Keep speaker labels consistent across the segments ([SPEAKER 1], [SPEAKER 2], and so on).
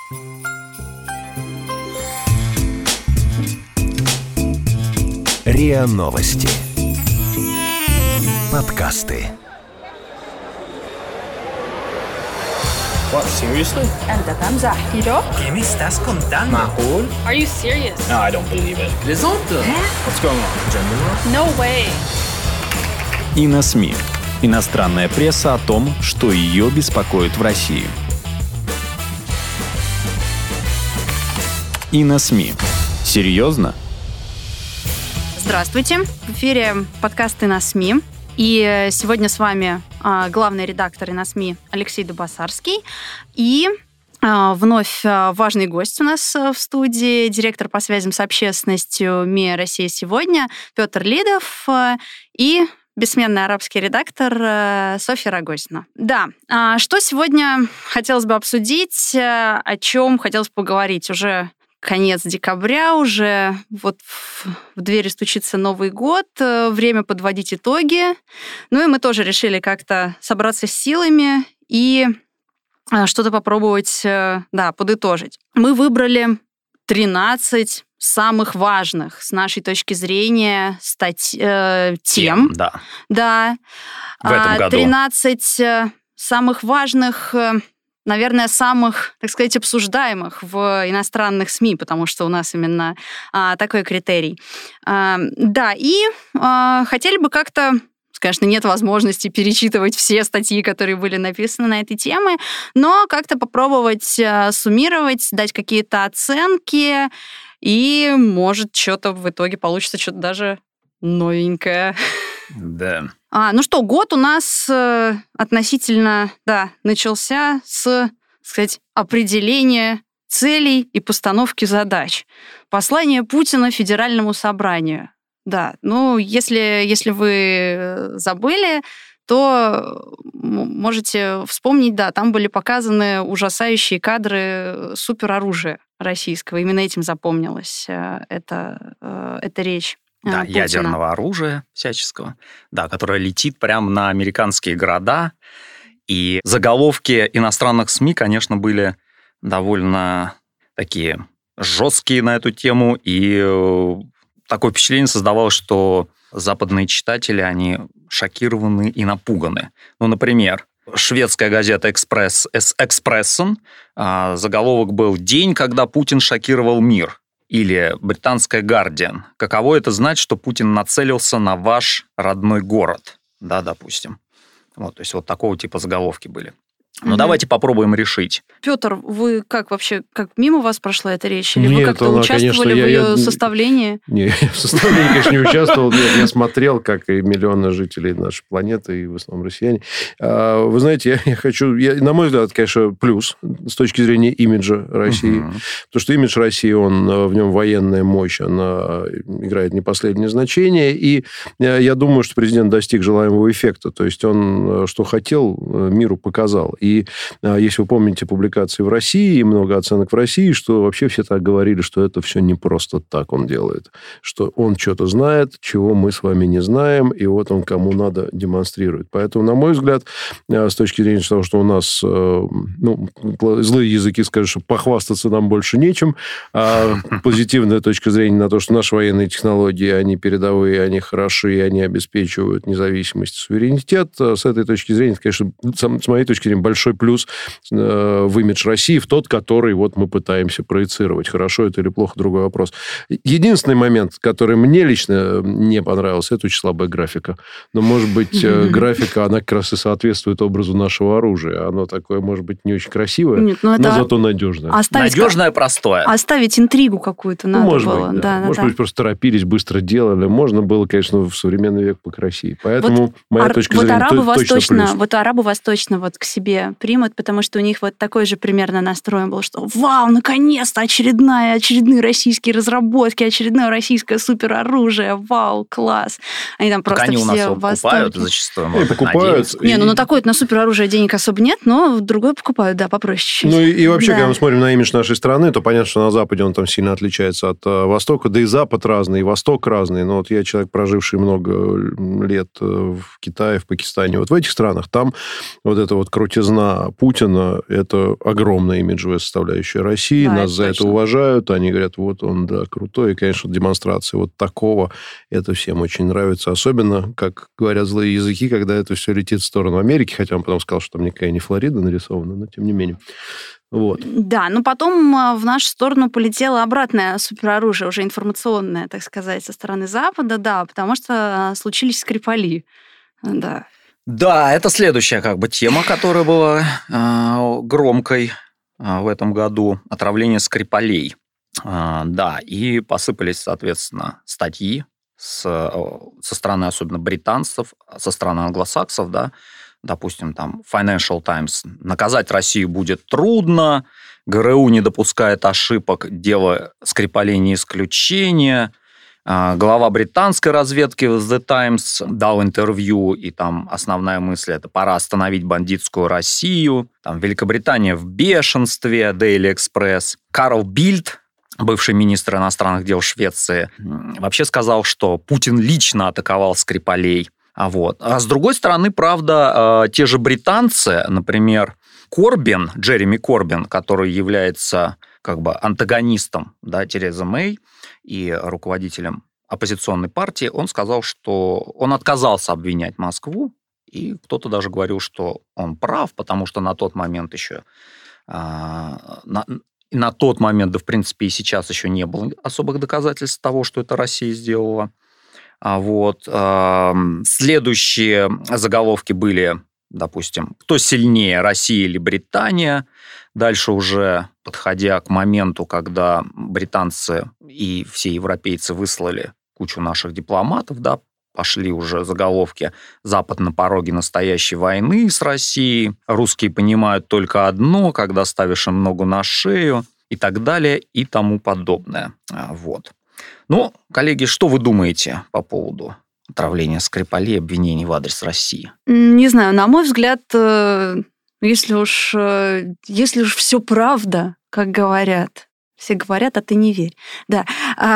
[SPEAKER 1] РИА Новости. Подкасты.
[SPEAKER 2] What, seriously?
[SPEAKER 3] أنت تمزح كيلو؟
[SPEAKER 4] ¿Qué me estás contando?
[SPEAKER 2] معقول?
[SPEAKER 3] Are you serious?
[SPEAKER 2] No, I don't believe it.
[SPEAKER 3] Плезанта?
[SPEAKER 2] What's going on? Gender war?
[SPEAKER 3] No way.
[SPEAKER 5] И на СМИ. Иностранная пресса о том, что ее беспокоит в России. И на СМИ. Серьезно?
[SPEAKER 6] Здравствуйте. В эфире подкасты «На СМИ». И сегодня с вами главный редактор «На СМИ» Алексей Дубасарский. И вновь важный гость у нас в студии, директор по связям с общественностью МИА «Россия сегодня» Петр Лидов и бессменный арабский редактор Софья Рогозина. Да, что сегодня хотелось бы обсудить, о чем хотелось бы поговорить уже конец декабря, уже вот в двери стучится Новый год, время подводить итоги. Ну и мы тоже решили как-то собраться с силами и что-то попробовать, подытожить. Мы выбрали 13 самых важных, с нашей точки зрения, тем.
[SPEAKER 5] Да. В этом году.
[SPEAKER 6] 13 самых важных, наверное, самых, так сказать, обсуждаемых в иностранных СМИ, потому что у нас именно такой критерий. Хотели бы как-то, конечно, нет возможности перечитывать все статьи, которые были написаны на этой теме, но как-то попробовать суммировать, дать какие-то оценки, и, может, что-то в итоге получится, что-то даже новенькое.
[SPEAKER 5] Да.
[SPEAKER 6] Год у нас относительно, начался с, сказать, определения целей и постановки задач. Послание Путина Федеральному собранию. Да, если вы забыли, то можете вспомнить, там были показаны ужасающие кадры супероружия российского. Именно этим запомнилась эта речь.
[SPEAKER 5] Да,
[SPEAKER 6] Путина.
[SPEAKER 5] Ядерного оружия всяческого, которое летит прямо на американские города. И заголовки иностранных СМИ, конечно, были довольно такие жесткие на эту тему. И такое впечатление создавалось, что западные читатели, они шокированы и напуганы. Например, шведская газета «Экспрессен», заголовок был «День, когда Путин шокировал мир». Или британская «Гардиан». Каково это знать, что Путин нацелился на ваш родной город? Да, допустим. То есть такого типа заголовки были. Давайте попробуем решить.
[SPEAKER 6] Петр, вы как вообще, мимо вас прошла эта речь? Или
[SPEAKER 7] Нет,
[SPEAKER 6] вы как-то участвовали в ее составлении?
[SPEAKER 7] Нет, в составлении, конечно, не участвовал. Нет, я смотрел, как и миллионы жителей нашей планеты, и в основном россияне. Вы знаете, я хочу... на мой взгляд, конечно, плюс с точки зрения имиджа России. Потому что имидж России, в нем военная мощь, она играет не последнее значение. И я думаю, что президент достиг желаемого эффекта. То есть он, что хотел, миру показал. И если вы помните публикации в России, и много оценок в России, что вообще все так говорили, что это все не просто так он делает. Что он что-то знает, чего мы с вами не знаем, и вот он кому надо демонстрирует. Поэтому, на мой взгляд, с точки зрения того, что у нас, злые языки скажут, что похвастаться нам больше нечем, а позитивная точка зрения на то, что наши военные технологии, они передовые, они хороши, они обеспечивают независимость и суверенитет. С этой точки зрения, это, конечно, с моей точки зрения, большой плюс в имидж России, в тот, который мы пытаемся проецировать. Хорошо это или плохо, другой вопрос. Единственный момент, который мне лично не понравился, это очень слабая графика. Но, может быть, графика, она как раз и соответствует образу нашего оружия. Оно такое, может быть, не очень красивое, но зато надежное.
[SPEAKER 5] Надежное, простое.
[SPEAKER 6] Оставить интригу какую-то надо
[SPEAKER 7] может
[SPEAKER 6] было.
[SPEAKER 7] Быть, да. Может быть, просто торопились, быстро делали. Можно было, конечно, в современный век покрасивее. Поэтому моя точка зрения точно плюс.
[SPEAKER 6] Арабы вас точно к себе примут, потому что у них такой же примерно настрой был, что вау, наконец-то очередные российские разработки, очередное российское супероружие, вау, класс. Они там просто
[SPEAKER 5] они
[SPEAKER 6] все
[SPEAKER 5] у нас покупают зачастую, может быть,
[SPEAKER 7] покупают.
[SPEAKER 6] На такое-то, на супероружие денег особо нет, но другое покупают, попроще чуть-чуть.
[SPEAKER 7] И вообще, когда мы смотрим на имидж нашей страны, то понятно, что на Западе он там сильно отличается от Востока, да и Запад разный, и Восток разный. Но я человек, проживший много лет в Китае, в Пакистане, в этих странах, там эта крутизна жена Путина – это огромная имиджевая составляющая России.
[SPEAKER 6] Да,
[SPEAKER 7] нас за
[SPEAKER 6] точно.
[SPEAKER 7] это уважают. Они говорят, вот он, да, крутой. И, конечно, демонстрация вот такого, это всем очень нравится. Особенно, как говорят злые языки, когда это все летит в сторону Америки. Хотя он потом сказал, что там никакая не Флорида нарисована, но тем не менее. Вот.
[SPEAKER 6] Да, но потом в нашу сторону полетело обратное супероружие, уже информационное, так сказать, со стороны Запада, да, потому что случились Скрипали. Да.
[SPEAKER 5] Да, это следующая тема, которая была громкой в этом году. Отравление Скрипалей. Да, и посыпались, соответственно, статьи со стороны особенно британцев, со стороны англосаксов, да, допустим, там Financial Times. Наказать Россию будет трудно, ГРУ не допускает ошибок, дело Скрипалей не исключение. Глава британской разведки в The Times дал интервью, и там основная мысль – это пора остановить бандитскую Россию. Там Великобритания в бешенстве, Daily Express. Карл Бильд, бывший министр иностранных дел Швеции, вообще сказал, что Путин лично атаковал Скрипалей. А с другой стороны, правда, те же британцы, например, Джереми Корбин, который является антагонистом, да, Терезы Мэй и руководителем оппозиционной партии, он сказал, что он отказался обвинять Москву, и кто-то даже говорил, что он прав, потому что на тот момент еще... На тот момент, да, в принципе, и сейчас еще не было особых доказательств того, что это Россия сделала. Следующие заголовки были, допустим, кто сильнее, Россия или Британия. Дальше уже, подходя к моменту, когда британцы и все европейцы выслали кучу наших дипломатов, да, пошли уже заголовки «Запад на пороге настоящей войны с Россией», «Русские понимают только одно, когда ставишь им ногу на шею» и так далее и тому подобное. Ну, коллеги, что вы думаете по поводу отравления Скрипалей, обвинений в адрес России?
[SPEAKER 6] Не знаю, на мой взгляд, если уж все правда, как говорят, все говорят, а ты не верь. Да,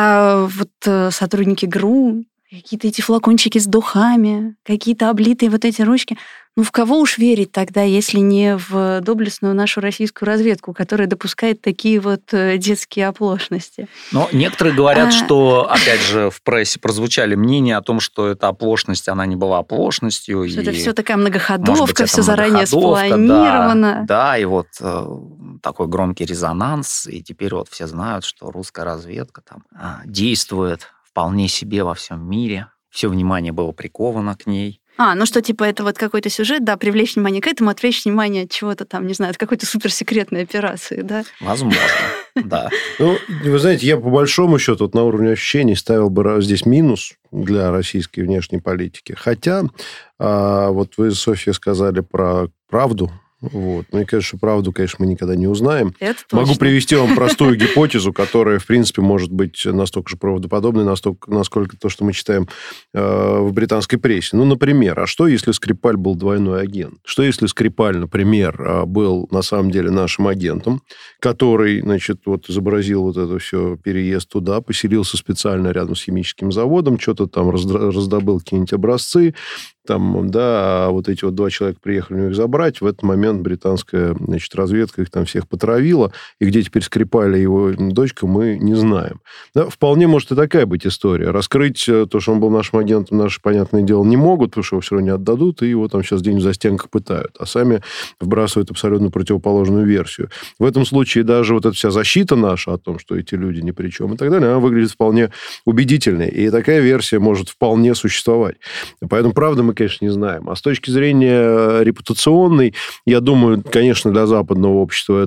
[SPEAKER 6] сотрудники ГРУ, какие-то эти флакончики с духами, какие-то облитые вот эти ручки. Ну, в кого уж верить тогда, если не в доблестную нашу российскую разведку, которая допускает такие вот детские оплошности?
[SPEAKER 5] Но некоторые говорят, что, опять же, в прессе прозвучали мнения о том, что эта оплошность, она не была оплошностью.
[SPEAKER 6] Что это все такая многоходовка, все заранее спланировано.
[SPEAKER 5] Да, и вот такой громкий резонанс, и теперь вот все знают, что русская разведка там действует вполне себе во всем мире. Все внимание было приковано к ней.
[SPEAKER 6] Ну что, типа, это вот какой-то сюжет, да, привлечь внимание к этому, отвлечь внимание от чего-то там, не знаю, от какой-то суперсекретной операции, да?
[SPEAKER 5] Возможно, да.
[SPEAKER 7] Ну, вы знаете, я по большому счету вот на уровне ощущений ставил бы здесь минус для российской внешней политики. Хотя, вот вы, Софья, сказали про правду. Мне кажется, что правду, конечно, мы никогда не узнаем.
[SPEAKER 6] Это точно.
[SPEAKER 7] Могу привести вам простую гипотезу, которая, в принципе, может быть настолько же правдоподобной, насколько то, что мы читаем в британской прессе. Ну, например, а что, если Скрипаль был двойной агент? Что, если Скрипаль, например, был на самом деле нашим агентом, который, значит, вот изобразил вот это все, переезд туда, поселился специально рядом с химическим заводом, что-то там раздобыл какие-нибудь образцы, там, да, а вот эти вот 2 человека приехали их забрать. В этот момент британская, значит, разведка их там всех потравила. И где теперь Скрипаль и его дочка, мы не знаем. Да, вполне может и такая быть история. Раскрыть то, что он был нашим агентом, наши, понятное дело, не могут, потому что его все равно не отдадут, и его там сейчас где-нибудь за стенках пытают. А сами вбрасывают абсолютно противоположную версию. В этом случае даже вот эта вся защита наша о том, что эти люди ни при чем и так далее, она выглядит вполне убедительной. И такая версия может вполне существовать. Поэтому, правда, мы, конечно, не знаем. А с точки зрения репутационной, я думаю, конечно, для западного общества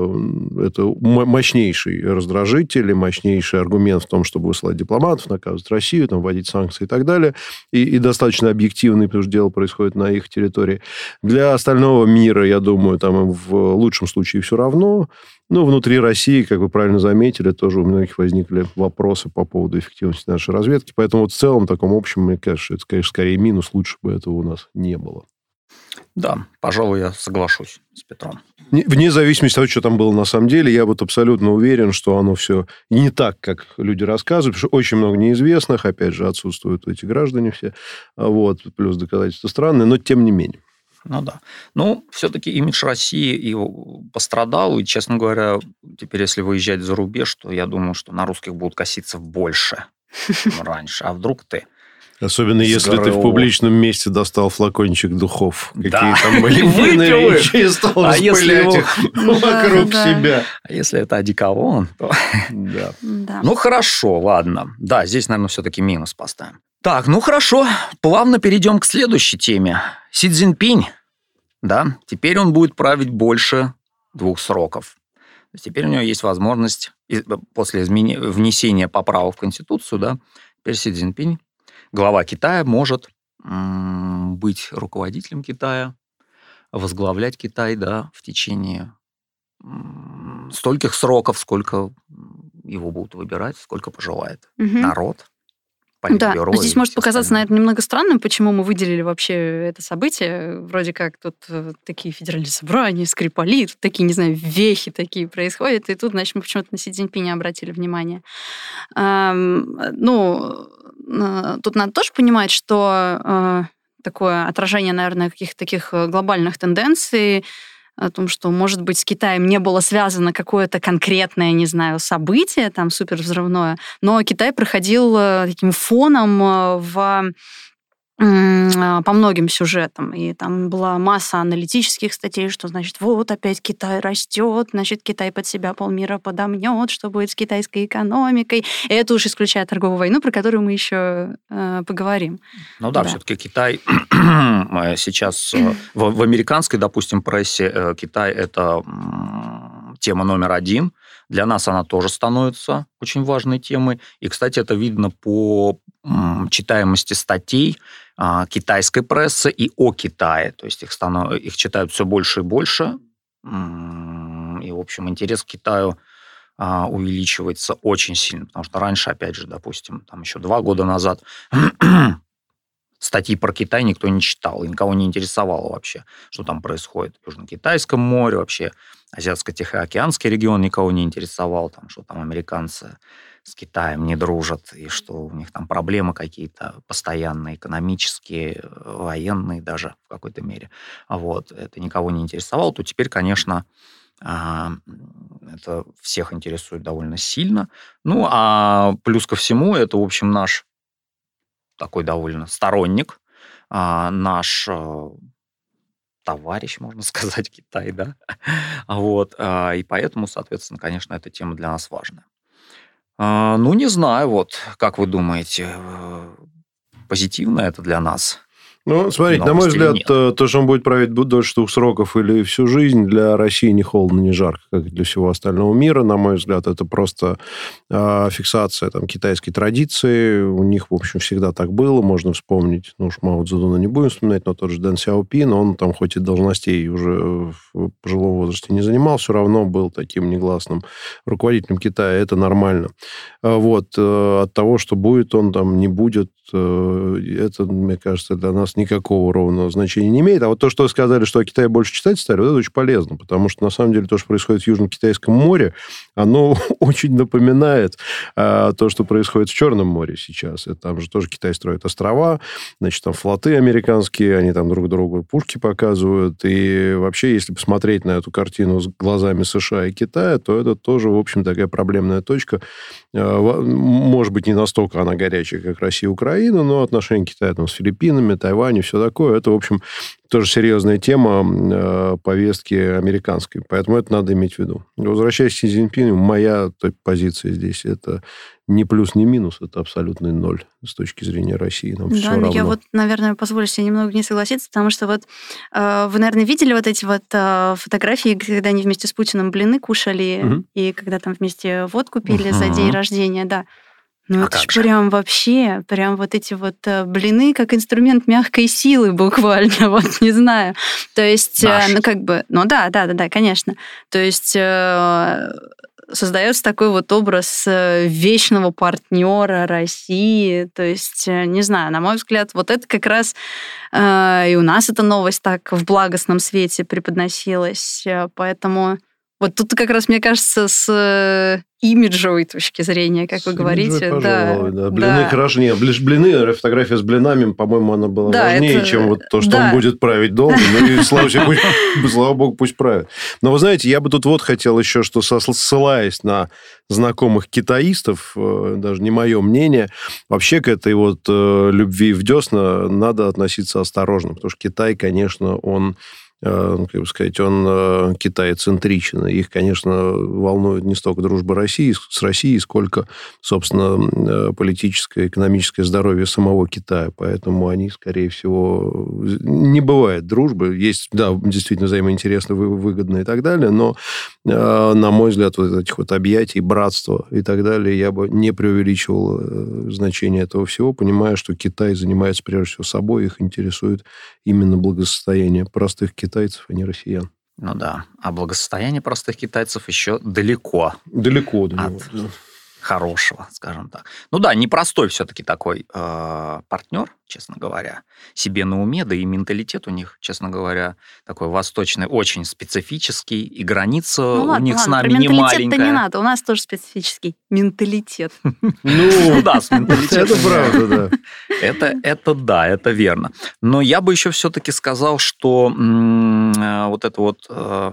[SPEAKER 7] это мощнейший раздражитель и мощнейший аргумент в том, чтобы выслать дипломатов, наказывать Россию, там, вводить санкции и так далее. И достаточно объективный, потому что дело происходит на их территории. Для остального мира, я думаю, там им в лучшем случае все равно. Но внутри России, как вы правильно заметили, тоже у многих возникли вопросы по поводу эффективности нашей разведки. Поэтому вот в целом, в таком общем, мне кажется, это, конечно, скорее минус. Лучше бы этого у нас не было.
[SPEAKER 5] Да, пожалуй, я соглашусь с Петром.
[SPEAKER 7] Вне зависимости от того, что там было на самом деле, я вот абсолютно уверен, что оно все не так, как люди рассказывают, потому что очень много неизвестных, опять же, отсутствуют эти граждане все, плюс доказательства странные, но тем не менее.
[SPEAKER 5] Ну да. Ну, все-таки имидж России и пострадал, и, честно говоря, теперь, если выезжать за рубеж, то я думаю, что на русских будут коситься больше, чем раньше. А вдруг ты...
[SPEAKER 7] Особенно если ты в публичном месте достал флакончик духов. Какие там были
[SPEAKER 5] выпил
[SPEAKER 7] и стал распылять их вокруг себя.
[SPEAKER 5] А если это одеколон, то...
[SPEAKER 6] Да.
[SPEAKER 5] Ну, хорошо, ладно. Да, здесь, наверное, все-таки минус поставим. Так, ну хорошо, плавно перейдем к следующей теме. Си Цзиньпинь, да, теперь он будет править больше 2 сроков. То есть теперь у него есть возможность, после внесения поправок в Конституцию, да, теперь Си Цзиньпинь, глава Китая, может быть руководителем Китая, возглавлять Китай, да, в течение стольких сроков, сколько его будут выбирать, сколько пожелает народ.
[SPEAKER 6] Да, но здесь может показаться, наверное, немного странным, почему мы выделили вообще это событие. Вроде как тут такие федеральные собрания, Скрипали, тут такие, не знаю, вехи такие происходят, и тут, значит, мы почему-то на Си Цзиньпиня обратили внимание. Ну, тут надо тоже понимать, что такое отражение, наверное, каких-то таких глобальных тенденций, о том, что, может быть, с Китаем не было связано какое-то конкретное, не знаю, событие, там, супервзрывное, но Китай проходил таким фоном по многим сюжетам. И там была масса аналитических статей, что, значит, вот опять Китай растет, значит, Китай под себя полмира подомнет, что будет с китайской экономикой. И это уж исключая торговую войну, про которую мы еще поговорим.
[SPEAKER 5] Ну да, все-таки Китай сейчас в американской, допустим, прессе Китай – это тема номер 1. Для нас она тоже становится очень важной темой. И, кстати, это видно по читаемости статей китайской прессы и о Китае. То есть их читают все больше и больше. И, в общем, интерес к Китаю увеличивается очень сильно. Потому что раньше, опять же, допустим, там еще 2 года назад статьи про Китай никто не читал, и никого не интересовало вообще, что там происходит в Южно-Китайском море, вообще Азиатско-Тихоокеанский регион никого не интересовал, там, что там американцы с Китаем не дружат, и что у них там проблемы какие-то постоянные, экономические, военные даже в какой-то мере. Вот. Это никого не интересовало, то теперь, конечно, это всех интересует довольно сильно. Ну, а плюс ко всему, это, в общем, наш такой довольно сторонник, наш товарищ, можно сказать, Китай, да? Вот. И поэтому, соответственно, конечно, эта тема для нас важная. Ну, не знаю, вот, как вы думаете, позитивно это для нас?
[SPEAKER 7] Ну, смотрите, на мой взгляд, то, что он будет править дольше 2 сроков или всю жизнь, для России не холодно, не жарко, как и для всего остального мира. На мой взгляд, это просто фиксация там, китайской традиции. У них, в общем, всегда так было. Можно вспомнить, ну уж Мао Цзэдуна не будем вспоминать, но тот же Дэн Сяопин, он там хоть и должностей уже в пожилом возрасте не занимал, все равно был таким негласным руководителем Китая. Это нормально. Вот. От того, что будет он там, не будет, это, мне кажется, для нас никакого ровного значения не имеет. А вот то, что вы сказали, что о Китае больше читать стали, вот это очень полезно, потому что, на самом деле, то, что происходит в Южно-Китайском море, оно очень напоминает то, что происходит в Черном море сейчас. Это там же тоже Китай строит острова, значит, там флоты американские, они там друг другу пушки показывают. И вообще, если посмотреть на эту картину с глазами США и Китая, то это тоже, в общем, такая проблемная точка. Может быть, не настолько она горячая, как Россия и Украина, но отношения Китая там, с Филиппинами, Тайванем, все такое, это, в общем, тоже серьезная тема повестки американской. Поэтому это надо иметь в виду. Возвращаясь к Си Цзиньпину, моя позиция здесь это ни плюс, ни минус, это абсолютный ноль с точки зрения России. Нам все равно.
[SPEAKER 6] Я вот, наверное, позволю себе немного не согласиться, потому что вот вы, наверное, видели вот эти вот фотографии, когда они вместе с Путиным блины кушали, и когда там вместе водку пили за день рождения, да. Ну, это же прям вообще, прям вот эти вот блины как инструмент мягкой силы буквально, вот, не знаю. То есть, ну, как бы, ну, да, конечно. То есть создается такой вот образ вечного партнера России. То есть, не знаю, на мой взгляд, вот это как раз и у нас эта новость так в благостном свете преподносилась. Поэтому, Вот тут как раз, мне кажется, с имиджевой точки зрения, как вы говорите.
[SPEAKER 7] Пожалуй, да. Блины хорошо. Нет, блины, фотография с блинами, по-моему, она была важнее, чем вот то, что он будет править долго. Ну и слава богу, пусть правит. Но вы знаете, я бы тут вот хотел еще, что ссылаясь на знакомых китаистов, даже не мое мнение, вообще к этой вот любви в десна надо относиться осторожно, потому что Китай, конечно, он... как бы сказать, он китайцентричен. Их, конечно, волнует не столько дружба России с Россией, сколько, собственно, политическое, экономическое здоровье самого Китая. Поэтому они, скорее всего... Не бывает дружбы. Есть, да, действительно взаимоинтересно, выгодно и так далее, но, на мой взгляд, вот этих вот объятий, братства и так далее, я бы не преувеличивал значение этого всего, понимая, что Китай занимается, прежде всего, собой, их интересует именно благосостояние простых китайцев, а не россиян.
[SPEAKER 5] Ну да. А благосостояние простых китайцев еще далеко.
[SPEAKER 7] Далеко до него.
[SPEAKER 5] От хорошего, скажем так. Ну да, непростой все-таки такой партнер, честно говоря. Себе на уме, да и менталитет у них, честно говоря, такой восточный, очень специфический. И граница у них с нами не маленькая.
[SPEAKER 6] Менталитет-то не надо. У нас тоже специфический менталитет.
[SPEAKER 5] Ну да, с менталитетом.
[SPEAKER 7] Это правда, да.
[SPEAKER 5] Это да, это верно. Но я бы еще все-таки сказал, что вот эта вот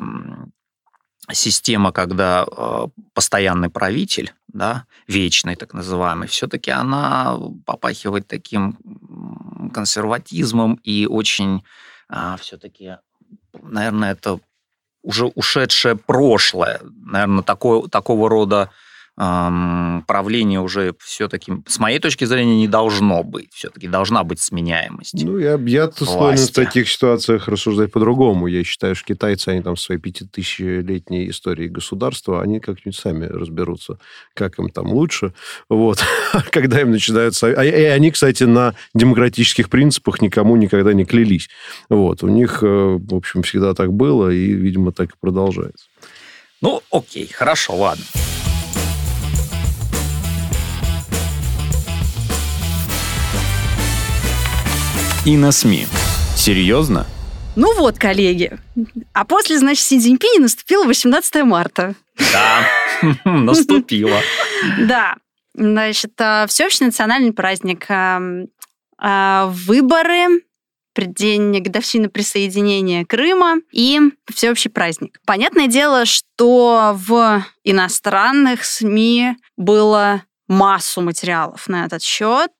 [SPEAKER 5] система, когда постоянный правитель, да, вечный так называемый, все-таки она попахивает таким консерватизмом и очень все-таки, наверное, это уже ушедшее прошлое. Наверное, такого рода правление уже все-таки, с моей точки зрения, не должно быть. Все-таки должна быть сменяемость. Ну,
[SPEAKER 7] я склонен в таких ситуациях рассуждать по-другому. Я считаю, что китайцы, они там в своей 5000-летней истории государства, они как-нибудь сами разберутся, как им там лучше. Вот. Когда им начинают... И они, кстати, на демократических принципах никому никогда не клялись. Вот. У них, в общем, всегда так было, и, видимо, так и продолжается.
[SPEAKER 5] Ну, окей, хорошо, ладно.
[SPEAKER 1] И на СМИ. Серьезно?
[SPEAKER 6] Ну вот, коллеги. А после, значит, Си Цзиньпиня наступило 18 марта.
[SPEAKER 5] Да, наступило.
[SPEAKER 6] Да. Значит, всеобщий национальный праздник. Выборы, день годовщины присоединения Крыма и всеобщий праздник. Понятное дело, что в иностранных СМИ было массу материалов на этот счет,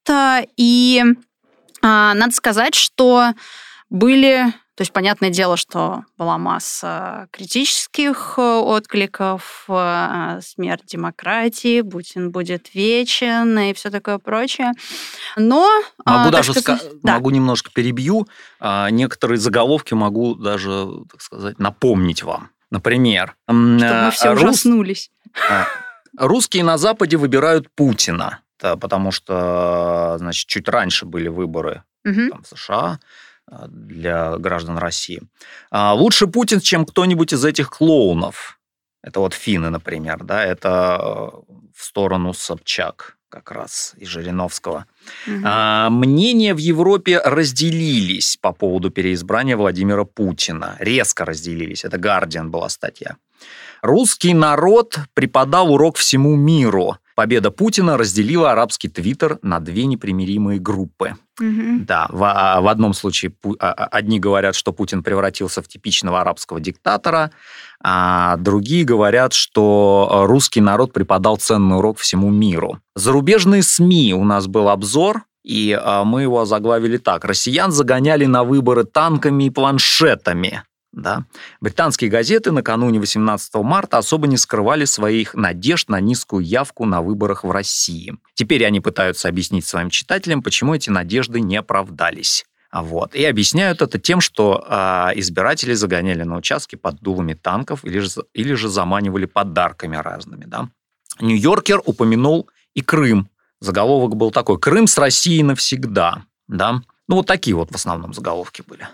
[SPEAKER 6] и надо сказать, что были... То есть, понятное дело, что была масса критических откликов, смерть демократии, Путин будет вечен и все такое прочее. Но...
[SPEAKER 5] Могу немножко перебью. Некоторые заголовки могу даже, так сказать, напомнить вам. Например...
[SPEAKER 6] Чтобы мы все ужаснулись.
[SPEAKER 5] Русские на Западе выбирают Путина. Потому что, значит, чуть раньше были выборы там, в США для граждан России. Лучше Путин, чем кто-нибудь из этих клоунов. Это вот финны, например, да, это в сторону Собчак как раз и Жириновского. Мнения в Европе разделились по поводу переизбрания Владимира Путина. Резко разделились. Это «Гардиан» была статья. Русский народ преподал урок всему миру. Победа Путина разделила арабский твиттер на две непримиримые группы. Да, в одном случае одни говорят, что Путин превратился в типичного арабского диктатора, а другие говорят, что русский народ преподал ценный урок всему миру. Зарубежные СМИ у нас был обзор, и мы его озаглавили так. «Россиян загоняли на выборы танками и планшетами». Да. Британские газеты накануне 18 марта особо не скрывали своих надежд на низкую явку на выборах в России. Теперь они пытаются объяснить своим читателям, почему эти надежды не оправдались. Вот. И объясняют это тем, что избиратели загоняли на участки под дулами танков или же заманивали подарками разными. Да. Нью-Йоркер упомянул и Крым. Заголовок был такой: «Крым с Россией навсегда». Да. Ну, вот такие вот в основном заголовки были.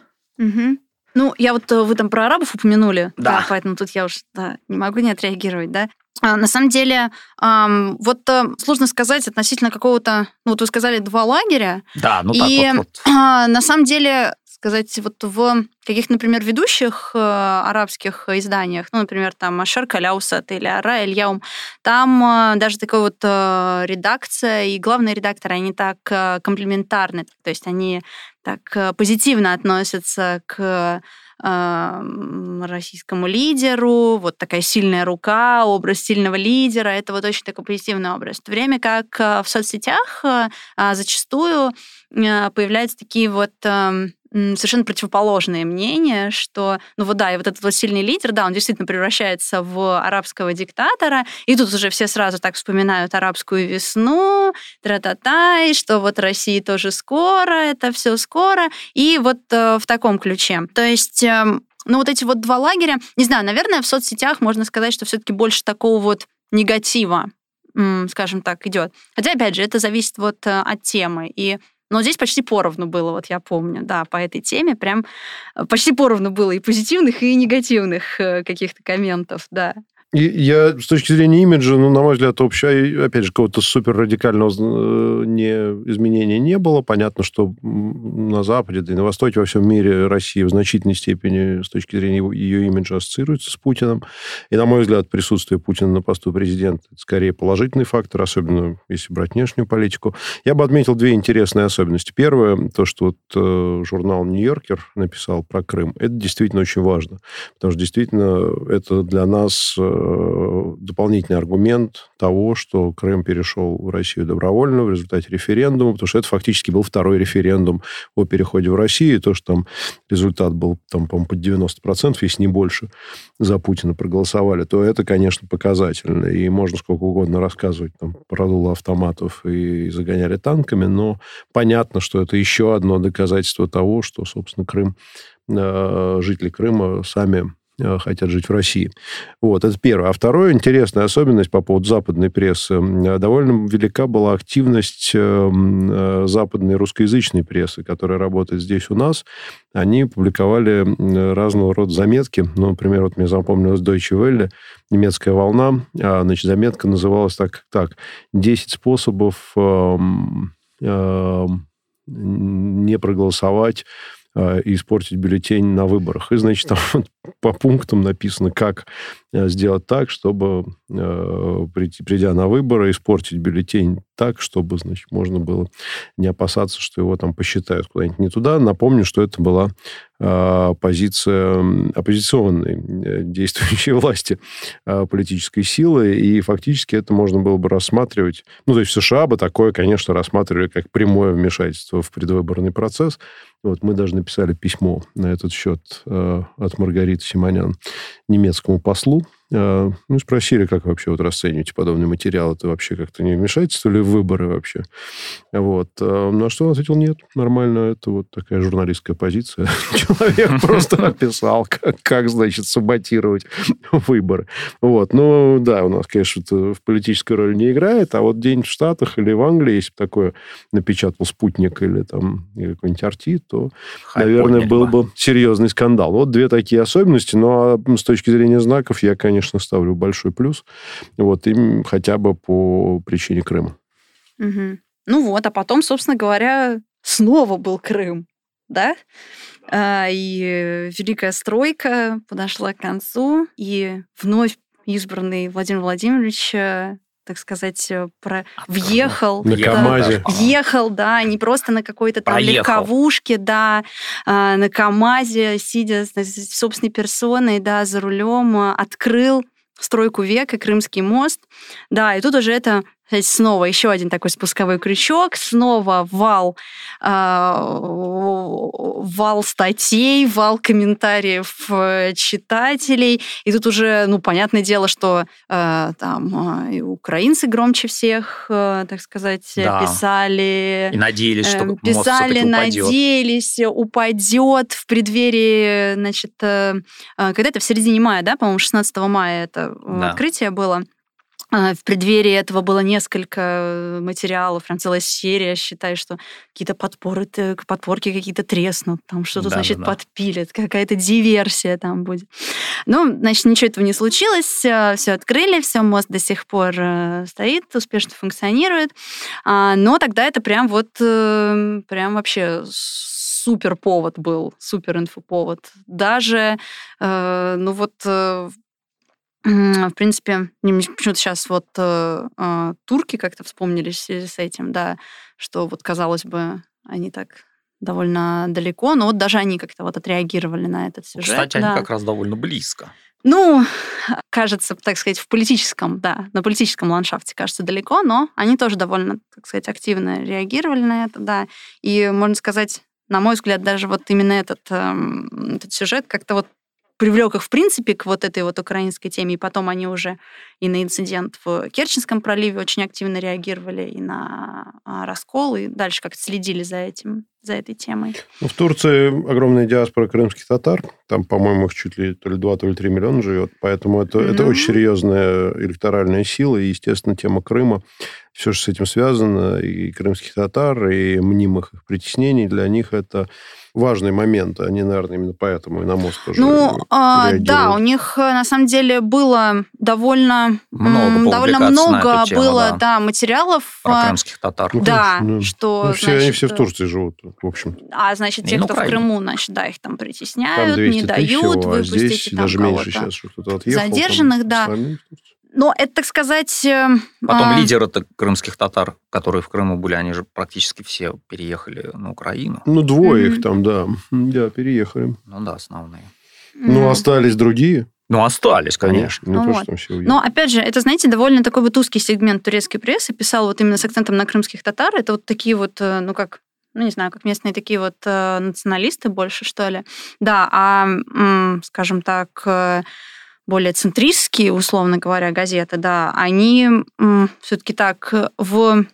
[SPEAKER 6] Ну, вы там про арабов упомянули,
[SPEAKER 5] да,
[SPEAKER 6] поэтому тут я уж не могу не отреагировать, да. На самом деле, сложно сказать относительно какого-то... Ну, вот вы сказали, два лагеря.
[SPEAKER 5] Да,
[SPEAKER 6] и, на самом деле, сказать, вот в каких-то, например, ведущих арабских изданиях, ну, например, там Шарк Аляусат или Ара Эль-Яум, там даже такая вот редакция и главный редактор, они так комплиментарны, то есть они так позитивно относятся к российскому лидеру, вот такая сильная рука, образ сильного лидера, это вот очень такой позитивный образ. В то время как в соцсетях зачастую появляются такие вот совершенно противоположные мнения, что, ну вот да, и вот этот вот сильный лидер, да, он действительно превращается в арабского диктатора, и тут уже все сразу так вспоминают арабскую весну, тра-та-та, и что вот России тоже скоро, это все скоро, и вот в таком ключе. То есть, ну вот эти вот два лагеря, не знаю, наверное, в соцсетях можно сказать, что все-таки больше такого вот негатива, скажем так, идет. Хотя, опять же, это зависит вот от темы, но здесь почти поровну было, вот я помню, да, по этой теме прям почти поровну было и позитивных, и негативных каких-то комментов, да.
[SPEAKER 7] И я, с точки зрения имиджа, ну, на мой взгляд, общая, опять же, какого-то супер радикального изменения не было. Понятно, что на Западе, да и на Востоке, во всем мире Россия в значительной степени с точки зрения ее имиджа ассоциируется с Путиным. И, на мой взгляд, присутствие Путина на посту президента – это скорее положительный фактор, особенно если брать внешнюю политику. Я бы отметил две интересные особенности. Первое, то, что вот журнал «Нью-Йоркер» написал про Крым, это действительно очень важно. Потому что действительно это для нас дополнительный аргумент того, что Крым перешел в Россию добровольно в результате референдума, потому что это фактически был второй референдум о переходе в Россию. И то, что там результат был, там, по-моему, под 90%, если не больше, за Путина проголосовали, то это, конечно, показательно. И можно сколько угодно рассказывать там, про дуло автоматов и загоняли танками, но понятно, что это еще одно доказательство того, что, собственно, Крым, жители Крыма сами хотят жить в России. Вот, это первое. А второе, интересная особенность по поводу западной прессы. Довольно велика была активность западной русскоязычной прессы, которая работает здесь у нас. Они публиковали разного рода заметки. Ну, например, вот мне запомнилась Deutsche Welle, немецкая волна. Значит, заметка называлась так. 10 способов не проголосовать и испортить бюллетень на выборах. И, значит, там по пунктам написано, как сделать так, чтобы, придя на выборы, испортить бюллетень так, чтобы, значит, можно было не опасаться, что его там посчитают куда-нибудь не туда. Напомню, что это была позиция оппозиционной действующей власти политической силы, и фактически это можно было бы рассматривать... Ну, то есть в США бы такое, конечно, рассматривали как прямое вмешательство в предвыборный процесс. Вот мы даже написали письмо на этот счет от Маргариты Симонян немецкому послу. Ну, спросили, как вообще вот расцениваете подобный материал. Это вообще как-то не вмешательство ли в выборы вообще? Вот. На что он ответил, нет, нормально. Это вот такая журналистская позиция. Человек просто описал, как, значит, саботировать выборы. Вот. Ну, да, у нас, конечно, это в политической роли не играет, а вот день в Штатах или в Англии, если бы такое напечатал «Спутник» или там какой-нибудь «Арти», то, наверное, был бы серьезный скандал. Вот две такие особенности. Но с точки зрения знаков я, конечно, ставлю большой плюс. Вот им хотя бы по причине Крыма.
[SPEAKER 6] Угу. Ну вот, а потом, собственно говоря, снова был Крым, да? И Великая Стройка подошла к концу, и вновь избранный Владимир Владимирович, так сказать, въехал.
[SPEAKER 7] На КамАЗе.
[SPEAKER 6] Въехал, да, не просто на какой-то там легковушке, да, на КамАЗе, сидя собственной персоной, да, за рулем, открыл стройку века, Крымский мост. Да, и тут уже это, кстати, снова еще один такой спусковой крючок, снова вал статей, вал комментариев читателей. И тут уже, ну, понятное дело, что там и украинцы громче всех, так сказать, писали.
[SPEAKER 5] И надеялись, что мост
[SPEAKER 6] писали,
[SPEAKER 5] все-таки упадет.
[SPEAKER 6] Надеялись, упадет в преддверии, значит, когда-то в середине мая, да, по-моему, 16 мая это открытие было. В преддверии этого было несколько материалов, прям целая серия, считай, что какие-то подпорки какие-то треснут, там что-то, подпилят, какая-то диверсия там будет. Ну, значит, ничего этого не случилось, все открыли, все, мост до сих пор стоит, успешно функционирует, но тогда это прям вот, прям вообще супер повод был, супер инфоповод. Даже, в принципе, мне почему-то сейчас вот турки как-то вспомнились в связи с этим, да, что вот, казалось бы, они так довольно далеко, но вот даже они как-то вот отреагировали на этот сюжет.
[SPEAKER 5] Кстати, они как раз довольно близко.
[SPEAKER 6] Ну, кажется, так сказать, на политическом ландшафте, кажется, далеко, но они тоже довольно, так сказать, активно реагировали на это, да. И, можно сказать, на мой взгляд, даже вот именно этот сюжет как-то вот привлек их, в принципе, к вот этой вот украинской теме, и потом они уже и на инцидент в Керченском проливе очень активно реагировали, и на раскол, и дальше как-то следили за этой темой.
[SPEAKER 7] В Турции огромная диаспора крымских татар, там, по-моему, их чуть ли то ли 2, то ли 3 миллиона живет, поэтому это очень серьезная электоральная сила, и, естественно, тема Крыма, все, что с этим связано, и крымских татар, и мнимых их притеснений, для них это важный момент. Они, наверное, именно поэтому и на мост тоже реагируют.
[SPEAKER 6] Да, у них, на самом деле, было довольно много было материалов.
[SPEAKER 5] Про крымских татар.
[SPEAKER 6] Да,
[SPEAKER 7] конечно,
[SPEAKER 6] что...
[SPEAKER 7] Они все в Турции живут, в общем.
[SPEAKER 6] А, значит, те, кто в Крыму, значит, да, их там притесняют,
[SPEAKER 7] там
[SPEAKER 6] не дают, выпустить
[SPEAKER 7] здесь
[SPEAKER 6] там
[SPEAKER 7] даже
[SPEAKER 6] кого-то.
[SPEAKER 7] меньше сейчас, что кто-то отъехал.
[SPEAKER 6] Задержанных, да. Но это, так сказать...
[SPEAKER 5] Потом лидеры крымских татар, которые в Крыму были, они же практически все переехали на Украину.
[SPEAKER 7] Двое их там, да. Да, переехали.
[SPEAKER 5] Основные.
[SPEAKER 7] Остались другие.
[SPEAKER 5] Остались, конечно.
[SPEAKER 7] Не то, что там все уехали.
[SPEAKER 6] Но, опять же, это, знаете, довольно такой вот узкий сегмент турецкой прессы. Писал вот именно с акцентом на крымских татар. Это вот такие вот, не знаю, как местные такие вот националисты больше, что ли. Да, скажем так... более центристские, условно говоря, газеты, да, они все-таки так в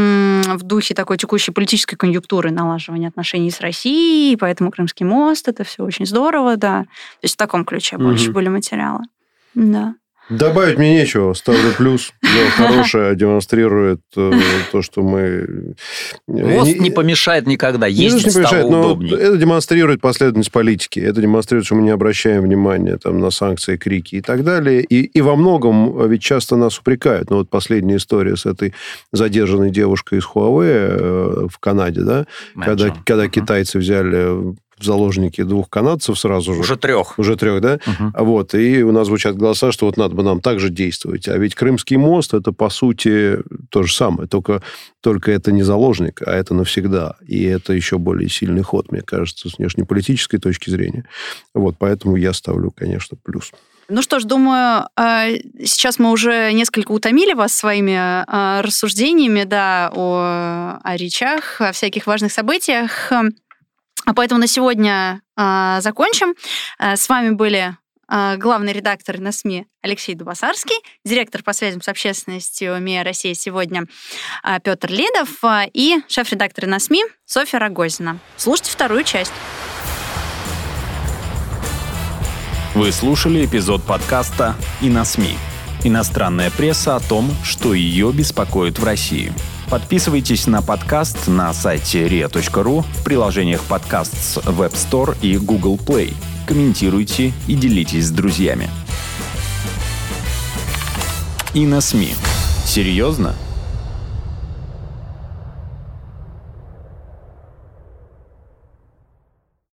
[SPEAKER 6] духе такой текущей политической конъюнктуры налаживания отношений с Россией, поэтому Крымский мост, это все очень здорово, да. То есть в таком ключе больше были материалы. Да.
[SPEAKER 7] Добавить мне нечего, ставлю плюс. Дело хорошее, демонстрирует то, что мы...
[SPEAKER 5] Мост не помешает никогда, ездить стало удобнее.
[SPEAKER 7] Это демонстрирует последовательность политики, это демонстрирует, что мы не обращаем внимания на санкции, крики и так далее. И во многом ведь часто нас упрекают. Вот последняя история с этой задержанной девушкой из Хуавея в Канаде, да, когда китайцы взяли... в заложники 2 канадцев сразу же. Уже 3, да? Вот. И у нас звучат голоса, что вот надо бы нам так же действовать. А ведь Крымский мост, это, по сути, то же самое. Только это не заложник, а это навсегда. И это еще более сильный ход, мне кажется, с внешнеполитической точки зрения. Вот. Поэтому я ставлю, конечно, плюс.
[SPEAKER 6] Ну что ж, думаю, сейчас мы уже несколько утомили вас своими рассуждениями, да, о речах, о всяких важных событиях. А поэтому на сегодня закончим. С вами были главный редактор на СМИ Алексей Дубасарский, директор по связям с общественностью МИА России сегодня Петр Лидов и шеф-редактор на СМИ Софья Рогозина. Слушайте 2 часть.
[SPEAKER 1] Вы слушали эпизод подкаста «И на СМИ». Иностранная пресса о том, что ее беспокоит в России. Подписывайтесь на подкаст на сайте ria.ru, в приложениях подкаст с Web Store и Google Play. Комментируйте и делитесь с друзьями. И на СМИ. Серьезно?